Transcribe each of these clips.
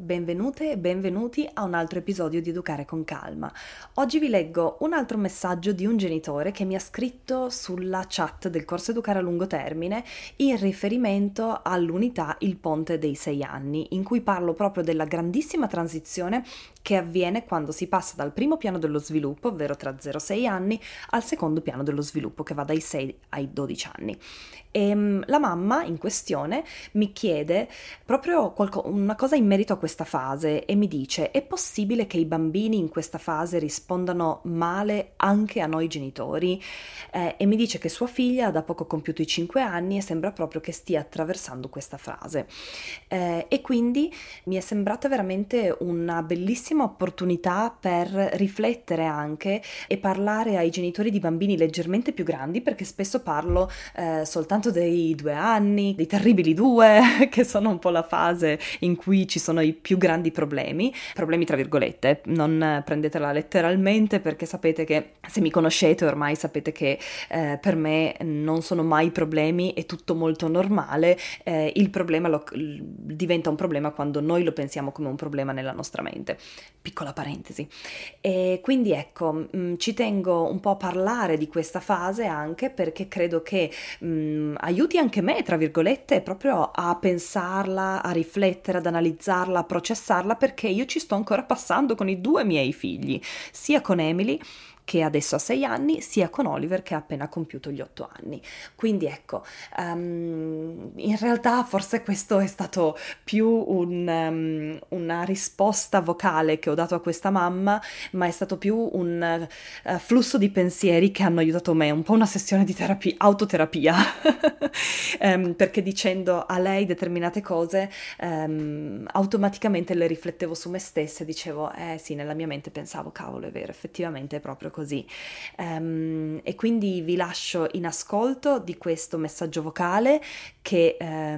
Benvenute e benvenuti a un altro episodio di Educare con Calma. Oggi vi leggo un altro messaggio di un genitore che mi ha scritto sulla chat del corso Educare a lungo termine in riferimento all'unità Il Ponte dei 6 anni, in cui parlo proprio della grandissima transizione che avviene quando si passa dal primo piano dello sviluppo, ovvero tra 0 e 6 anni, al secondo piano dello sviluppo che va dai 6 ai 12 anni. La mamma in questione mi chiede proprio una cosa in merito a questa fase e mi dice: è possibile che i bambini in questa fase rispondano male anche a noi genitori? E mi dice che sua figlia ha da poco compiuto i 5 anni e sembra proprio che stia attraversando questa fase. E quindi mi è sembrata veramente una bellissima opportunità per riflettere anche e parlare ai genitori di bambini leggermente più grandi, perché spesso parlo soltanto dei 2 anni, dei terribili due, che sono un po' la fase in cui ci sono i più grandi problemi tra virgolette, non prendetela letteralmente, perché sapete che, se mi conoscete ormai sapete che per me non sono mai problemi, è tutto molto normale, il problema diventa un problema quando noi lo pensiamo come un problema nella nostra mente. Piccola parentesi. E quindi ecco, ci tengo un po' a parlare di questa fase anche perché credo che aiuti anche me, tra virgolette, proprio a pensarla, a riflettere, ad analizzarla, a processarla, perché io ci sto ancora passando con i due miei figli, sia con Emily, che adesso ha 6 anni, sia con Oliver, che ha appena compiuto gli 8 anni. Quindi ecco, in realtà forse questo è stato più una risposta vocale che ho dato a questa mamma, ma è stato più un flusso di pensieri che hanno aiutato me, un po' una sessione di autoterapia, perché dicendo a lei determinate cose, automaticamente le riflettevo su me stessa e dicevo, sì, nella mia mente pensavo, cavolo, è vero, effettivamente è proprio così. E quindi vi lascio in ascolto di questo messaggio vocale che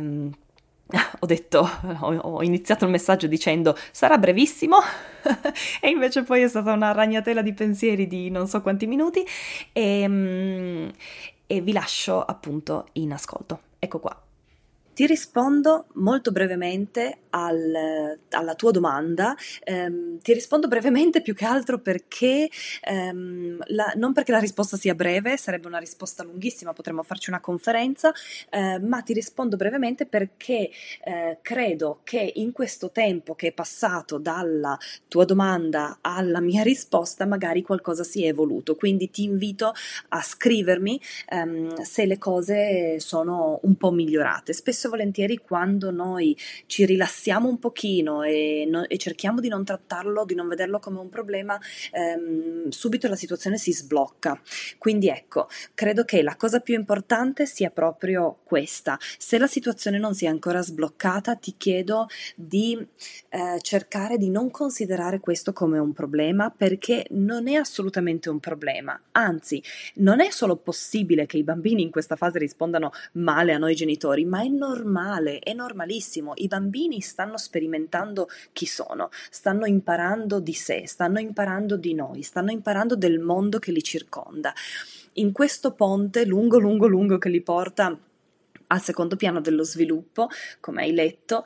ho iniziato il messaggio dicendo sarà brevissimo e invece poi è stata una ragnatela di pensieri di non so quanti minuti e vi lascio appunto in ascolto. Ecco qua. Ti rispondo molto brevemente alla tua domanda. Ti rispondo brevemente più che altro perché non perché la risposta sia breve, sarebbe una risposta lunghissima, potremmo farci una conferenza, ma ti rispondo brevemente perché credo che in questo tempo che è passato dalla tua domanda alla mia risposta magari qualcosa si è evoluto, quindi ti invito a scrivermi se le cose sono un po' migliorate. Spesso e volentieri quando noi ci rilassiamo un pochino e cerchiamo di non trattarlo, di non vederlo come un problema, subito la situazione si sblocca. Quindi ecco, credo che la cosa più importante sia proprio questa. Se la situazione non si è ancora sbloccata, ti chiedo di cercare di non considerare questo come un problema, perché non è assolutamente un problema, anzi non è solo possibile che i bambini in questa fase rispondano male a noi genitori, ma è normale, è normalissimo. I bambini stanno sperimentando chi sono, stanno imparando di sé, stanno imparando di noi, stanno imparando del mondo che li circonda. In questo ponte lungo, lungo, lungo che li porta al secondo piano dello sviluppo, come hai letto,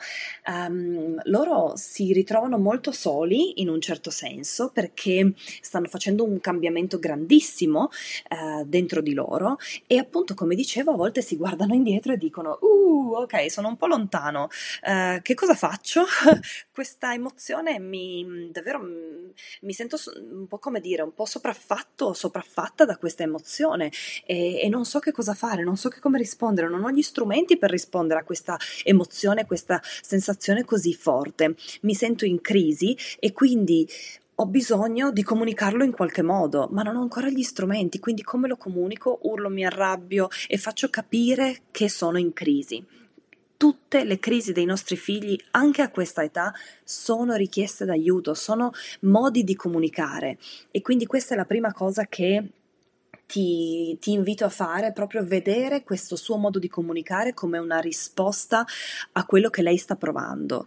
loro si ritrovano molto soli in un certo senso, perché stanno facendo un cambiamento grandissimo dentro di loro e appunto, come dicevo, a volte si guardano indietro e dicono ok, sono un po' lontano, che cosa faccio? Questa emozione davvero mi sento un po', come dire, un po' sopraffatta da questa emozione e non so che cosa fare, non so come rispondere, non ho gli strumenti per rispondere a questa emozione, questa sensazione così forte. Mi sento in crisi e quindi ho bisogno di comunicarlo in qualche modo, ma non ho ancora gli strumenti, quindi come lo comunico? Urlo, mi arrabbio e faccio capire che sono in crisi. Tutte le crisi dei nostri figli, anche a questa età, sono richieste d'aiuto, sono modi di comunicare e quindi questa è la prima cosa che ti invito a fare, proprio vedere questo suo modo di comunicare come una risposta a quello che lei sta provando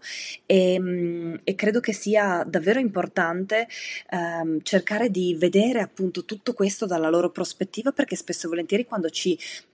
e credo che sia davvero importante cercare di vedere appunto tutto questo dalla loro prospettiva, perché spesso e volentieri quando ci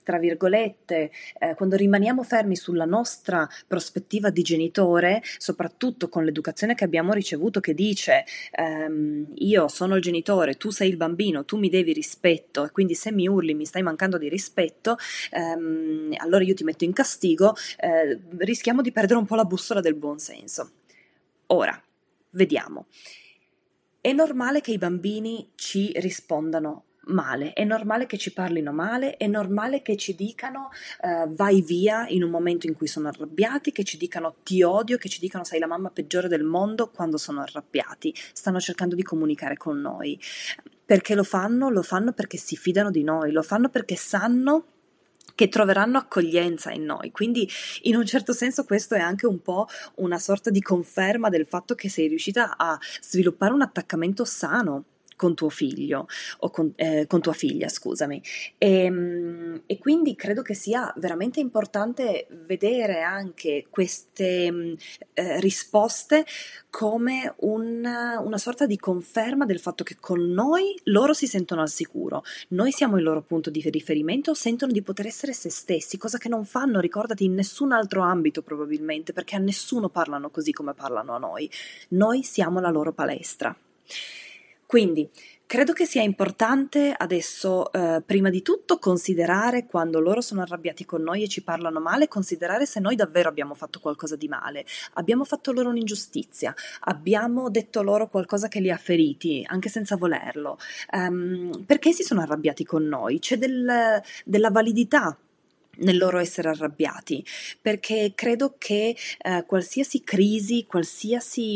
tra virgolette, quando rimaniamo fermi sulla nostra prospettiva di genitore, soprattutto con l'educazione che abbiamo ricevuto che dice io sono il genitore, tu sei il bambino, tu mi devi rispetto e quindi se mi urli mi stai mancando di rispetto, allora io ti metto in castigo, rischiamo di perdere un po' la bussola del buon senso. Ora, vediamo. È normale che i bambini ci rispondano male, è normale che ci parlino male, è normale che ci dicano vai via in un momento in cui sono arrabbiati, che ci dicano ti odio, che ci dicano sei la mamma peggiore del mondo quando sono arrabbiati. Stanno cercando di comunicare con noi. Perché lo fanno? Lo fanno perché si fidano di noi, lo fanno perché sanno che troveranno accoglienza in noi, quindi in un certo senso questo è anche un po' una sorta di conferma del fatto che sei riuscita a sviluppare un attaccamento sano con tuo figlio o con tua figlia, scusami. E quindi credo che sia veramente importante vedere anche queste risposte come una sorta di conferma del fatto che con noi loro si sentono al sicuro, noi siamo il loro punto di riferimento, sentono di poter essere se stessi, cosa che non fanno, ricordati, in nessun altro ambito probabilmente, perché a nessuno parlano così come parlano a noi. Noi siamo la loro palestra. Quindi credo che sia importante adesso, prima di tutto, considerare quando loro sono arrabbiati con noi e ci parlano male, considerare se noi davvero abbiamo fatto qualcosa di male, abbiamo fatto loro un'ingiustizia, abbiamo detto loro qualcosa che li ha feriti, anche senza volerlo. Perché si sono arrabbiati con noi? C'è della validità nel loro essere arrabbiati, perché credo che qualsiasi crisi, qualsiasi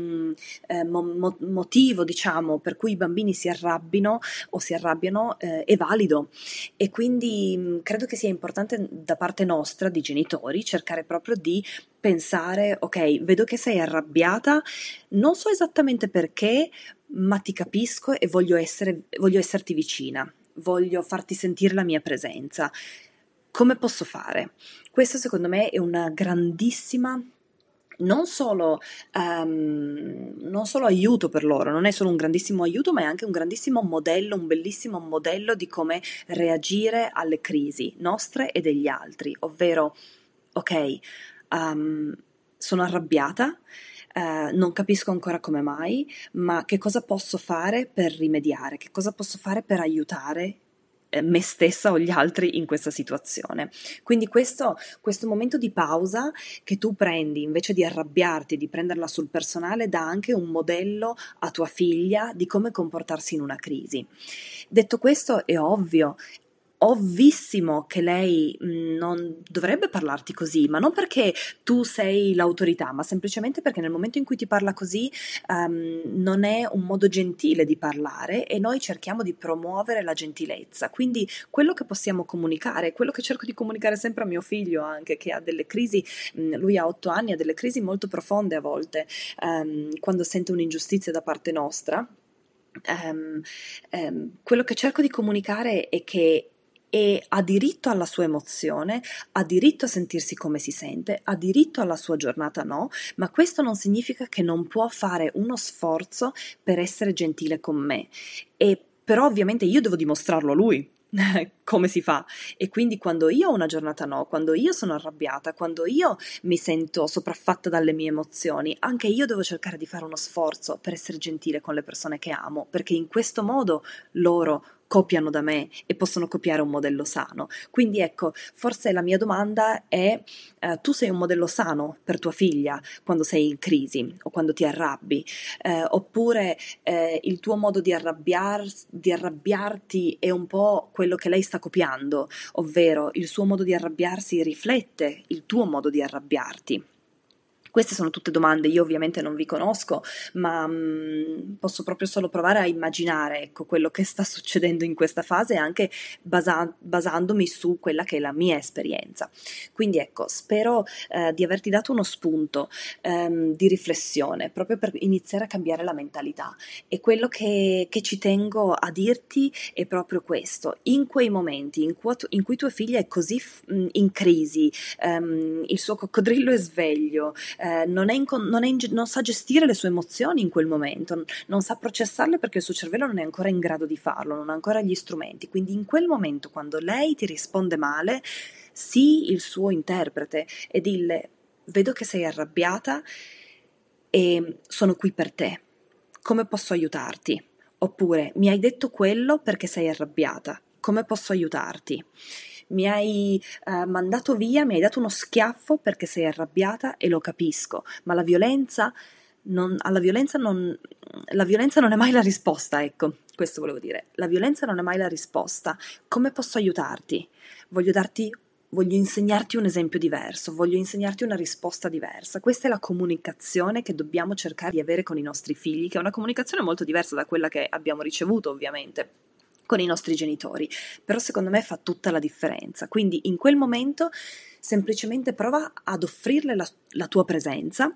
motivo, diciamo, per cui i bambini si arrabbino o si arrabbiano è valido e quindi credo che sia importante da parte nostra, di genitori, cercare proprio di pensare, ok, vedo che sei arrabbiata, non so esattamente perché, ma ti capisco e voglio esserti vicina, voglio farti sentire la mia presenza. Come posso fare? Questo secondo me è una grandissima, non solo aiuto per loro, non è solo un grandissimo aiuto, ma è anche un grandissimo modello, un bellissimo modello di come reagire alle crisi nostre e degli altri, ovvero, ok, sono arrabbiata, non capisco ancora come mai, ma che cosa posso fare per rimediare, che cosa posso fare per aiutare me stessa o gli altri in questa situazione. Quindi questo momento di pausa che tu prendi invece di arrabbiarti, di prenderla sul personale, dà anche un modello a tua figlia di come comportarsi in una crisi. Detto questo, è ovvissimo che lei non dovrebbe parlarti così, ma non perché tu sei l'autorità, ma semplicemente perché nel momento in cui ti parla così non è un modo gentile di parlare e noi cerchiamo di promuovere la gentilezza. Quindi quello che possiamo comunicare, quello che cerco di comunicare sempre a mio figlio anche, che ha delle crisi, lui ha 8 anni, ha delle crisi molto profonde a volte, quando sente un'ingiustizia da parte nostra. Quello che cerco di comunicare è che ha diritto alla sua emozione, ha diritto a sentirsi come si sente, ha diritto alla sua giornata no, ma questo non significa che non può fare uno sforzo per essere gentile con me. E però ovviamente io devo dimostrarlo a lui. Come si fa? E quindi quando io ho una giornata no, quando io sono arrabbiata, quando io mi sento sopraffatta dalle mie emozioni, anche io devo cercare di fare uno sforzo per essere gentile con le persone che amo, perché in questo modo loro copiano da me e possono copiare un modello sano. Quindi ecco, forse la mia domanda è tu sei un modello sano per tua figlia quando sei in crisi o quando ti arrabbi, oppure il tuo modo di arrabbiarti è un po' quello che lei sta copiando, ovvero il suo modo di arrabbiarsi riflette il tuo modo di arrabbiarti. Queste sono tutte domande, io ovviamente non vi conosco, ma posso proprio solo provare a immaginare, ecco, quello che sta succedendo in questa fase, anche basandomi su quella che è la mia esperienza. Quindi ecco, spero di averti dato uno spunto di riflessione, proprio per iniziare a cambiare la mentalità. E quello che ci tengo a dirti è proprio questo: in quei momenti in cui tua figlia è così in crisi, il suo coccodrillo è sveglio, non sa gestire le sue emozioni in quel momento, non sa processarle perché il suo cervello non è ancora in grado di farlo, non ha ancora gli strumenti. Quindi in quel momento, quando lei ti risponde male, sii il suo interprete e dille: vedo che sei arrabbiata e sono qui per te. Come posso aiutarti? Oppure mi hai detto quello perché sei arrabbiata. Come posso aiutarti? Mi hai mandato via, mi hai dato uno schiaffo perché sei arrabbiata e lo capisco, ma alla violenza la violenza non è mai la risposta, ecco, questo volevo dire. La violenza non è mai la risposta. Come posso aiutarti? Voglio insegnarti un esempio diverso, voglio insegnarti una risposta diversa. Questa è la comunicazione che dobbiamo cercare di avere con i nostri figli, che è una comunicazione molto diversa da quella che abbiamo ricevuto, ovviamente, con i nostri genitori, però secondo me fa tutta la differenza. Quindi in quel momento semplicemente prova ad offrirle la tua presenza,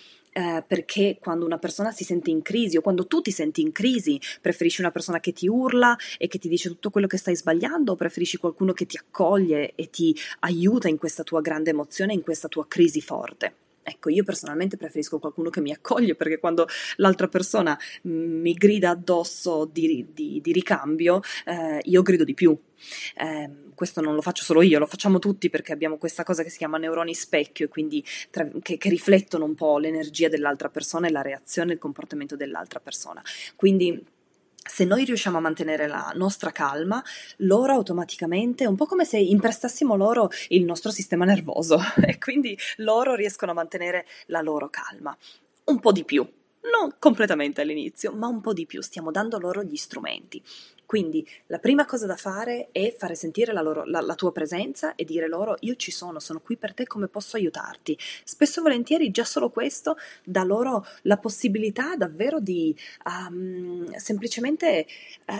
perché quando una persona si sente in crisi o quando tu ti senti in crisi, preferisci una persona che ti urla e che ti dice tutto quello che stai sbagliando, o preferisci qualcuno che ti accoglie e ti aiuta in questa tua grande emozione, in questa tua crisi forte? Ecco, io personalmente preferisco qualcuno che mi accoglie, perché quando l'altra persona mi grida addosso di ricambio, io grido di più. Questo non lo faccio solo io, lo facciamo tutti, perché abbiamo questa cosa che si chiama neuroni specchio, e quindi che riflettono un po' l'energia dell'altra persona e la reazione e il comportamento dell'altra persona. Quindi se noi riusciamo a mantenere la nostra calma, loro automaticamente, un po' come se imprestassimo loro il nostro sistema nervoso, e quindi loro riescono a mantenere la loro calma. Un po' di più, non completamente all'inizio, ma un po' di più, stiamo dando loro gli strumenti. Quindi la prima cosa da fare è fare sentire la tua presenza e dire loro: io ci sono qui per te, come posso aiutarti? Spesso e volentieri già solo questo dà loro la possibilità davvero di semplicemente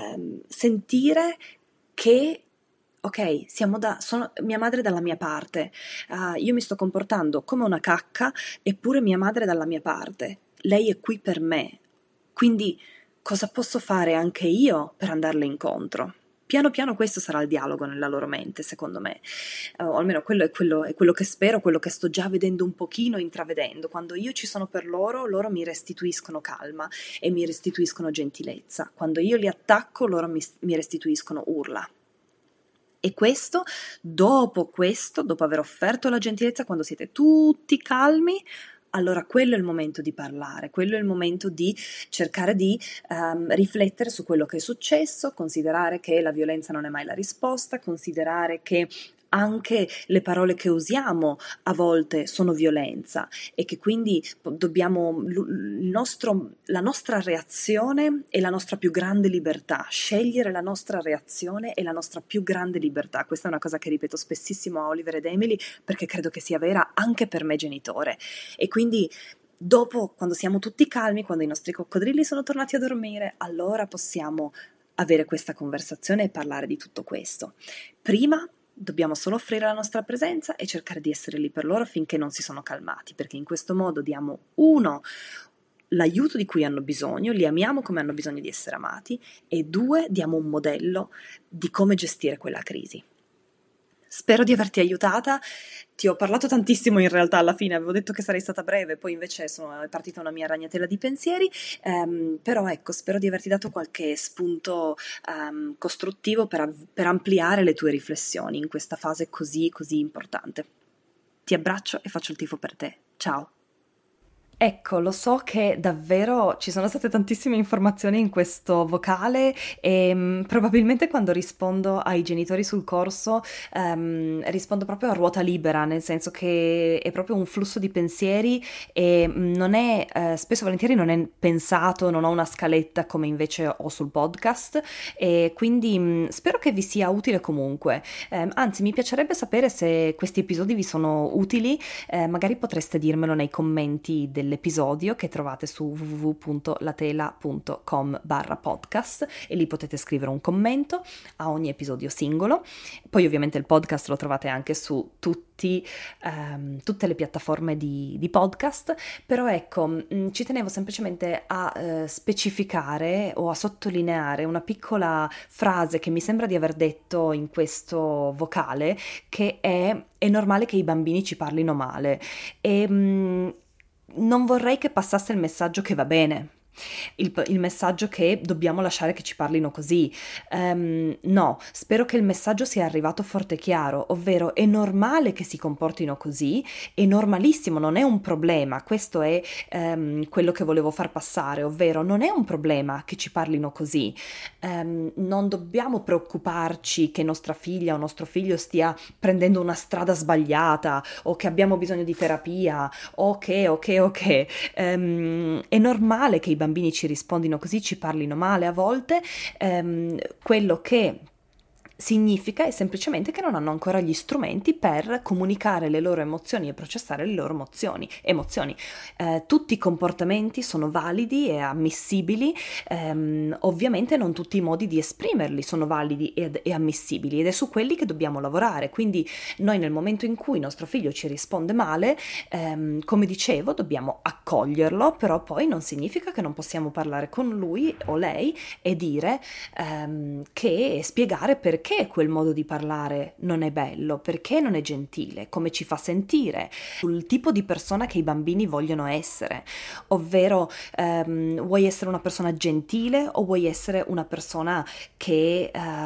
sentire che ok, sono mia madre è dalla mia parte, io mi sto comportando come una cacca, eppure mia madre è dalla mia parte, lei è qui per me, quindi cosa posso fare anche io per andarle incontro? Piano piano questo sarà il dialogo nella loro mente, secondo me, o almeno è quello che spero, quello che sto già vedendo un pochino, intravedendo. Quando io ci sono per loro, loro mi restituiscono calma e mi restituiscono gentilezza. Quando io li attacco, loro mi restituiscono urla. E dopo aver offerto la gentilezza, quando siete tutti calmi, allora quello è il momento di parlare, quello è il momento di cercare di riflettere su quello che è successo, considerare che la violenza non è mai la risposta, considerare che anche le parole che usiamo a volte sono violenza, e che quindi la nostra reazione è la nostra più grande libertà. Scegliere la nostra reazione è la nostra più grande libertà. Questa è una cosa che ripeto spessissimo a Oliver ed Emily, perché credo che sia vera anche per me genitore. E quindi dopo, quando siamo tutti calmi, quando i nostri coccodrilli sono tornati a dormire, allora possiamo avere questa conversazione e parlare di tutto questo. Prima dobbiamo solo offrire la nostra presenza e cercare di essere lì per loro finché non si sono calmati, perché in questo modo diamo l'aiuto di cui hanno bisogno, li amiamo come hanno bisogno di essere amati, e due, diamo un modello di come gestire quella crisi. Spero di averti aiutata, ti ho parlato tantissimo in realtà alla fine, avevo detto che sarei stata breve, poi invece è partita una mia ragnatela di pensieri, però ecco, spero di averti dato qualche spunto costruttivo per ampliare le tue riflessioni in questa fase così così importante. Ti abbraccio e faccio il tifo per te. Ciao! Ecco, lo so che davvero ci sono state tantissime informazioni in questo vocale, e probabilmente quando rispondo ai genitori sul corso rispondo proprio a ruota libera, nel senso che è proprio un flusso di pensieri, e non è, spesso e volentieri non è pensato, non ho una scaletta come invece ho sul podcast, e quindi spero che vi sia utile comunque. Anzi, mi piacerebbe sapere se questi episodi vi sono utili, magari potreste dirmelo nei commenti dell'episodio che trovate su www.latela.com/podcast, e lì potete scrivere un commento a ogni episodio singolo. Poi ovviamente il podcast lo trovate anche su tutte le piattaforme di podcast, però ecco, ci tenevo semplicemente a specificare o a sottolineare una piccola frase che mi sembra di aver detto in questo vocale, che è normale che i bambini ci parlino male, e non vorrei che passasse il messaggio che va bene. Il messaggio che dobbiamo lasciare che ci parlino così. No, spero che il messaggio sia arrivato forte e chiaro, ovvero è normale che si comportino così, è normalissimo, non è un problema. Questo è quello che volevo far passare, ovvero non è un problema che ci parlino così. Non dobbiamo preoccuparci che nostra figlia o nostro figlio stia prendendo una strada sbagliata o che abbiamo bisogno di terapia o che. È normale che i bambini ci rispondino così, ci parlino male a volte. Quello che significa è semplicemente che non hanno ancora gli strumenti per comunicare le loro emozioni e processare le loro emozioni. Tutti i comportamenti sono validi e ammissibili, ovviamente non tutti i modi di esprimerli sono validi e ammissibili, ed è su quelli che dobbiamo lavorare. Quindi noi, nel momento in cui nostro figlio ci risponde male, come dicevo, dobbiamo accoglierlo, però poi non significa che non possiamo parlare con lui o lei e dire che spiegare perché quel modo di parlare non è bello, perché non è gentile, come ci fa sentire, sul tipo di persona che i bambini vogliono essere, ovvero vuoi essere una persona gentile o vuoi essere una persona che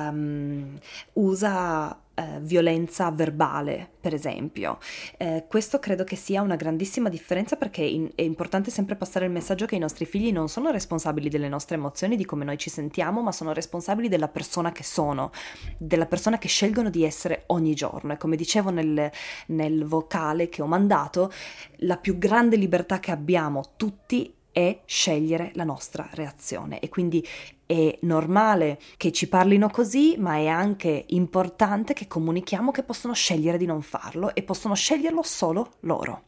usa violenza verbale, per esempio. Questo credo che sia una grandissima differenza, perché è importante sempre passare il messaggio che i nostri figli non sono responsabili delle nostre emozioni, di come noi ci sentiamo, ma sono responsabili della persona che sono, della persona che scelgono di essere ogni giorno. E come dicevo nel vocale che ho mandato, la più grande libertà che abbiamo tutti è scegliere la nostra reazione, e quindi è normale che ci parlino così, ma è anche importante che comunichiamo che possono scegliere di non farlo e possono sceglierlo solo loro.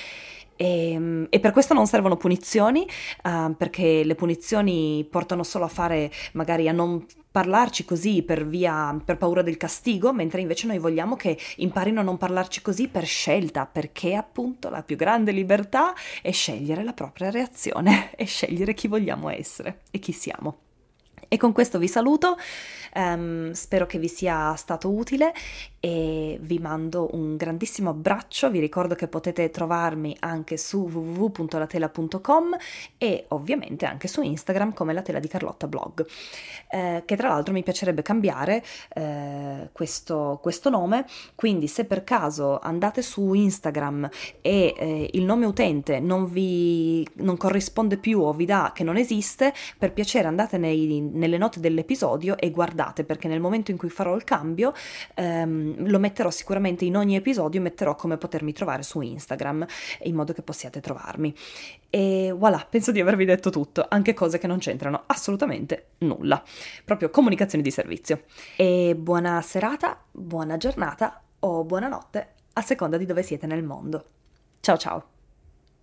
E per questo non servono punizioni, perché le punizioni portano solo magari a non parlarci così per paura del castigo, mentre invece noi vogliamo che imparino a non parlarci così per scelta, perché appunto la più grande libertà è scegliere la propria reazione e scegliere chi vogliamo essere e chi siamo. E con questo vi saluto, spero che vi sia stato utile e vi mando un grandissimo abbraccio. Vi ricordo che potete trovarmi anche su www.latela.com e ovviamente anche su Instagram come La Tela di Carlotta Blog, che tra l'altro mi piacerebbe cambiare questo nome, quindi se per caso andate su Instagram e il nome utente non corrisponde più o vi dà che non esiste, per piacere andate nelle note dell'episodio e guardate, perché nel momento in cui farò il cambio lo metterò sicuramente in ogni episodio, metterò come potermi trovare su Instagram in modo che possiate trovarmi. E voilà, penso di avervi detto tutto, anche cose che non c'entrano assolutamente nulla, proprio comunicazioni di servizio. E buona serata, buona giornata o buonanotte a seconda di dove siete nel mondo. Ciao ciao!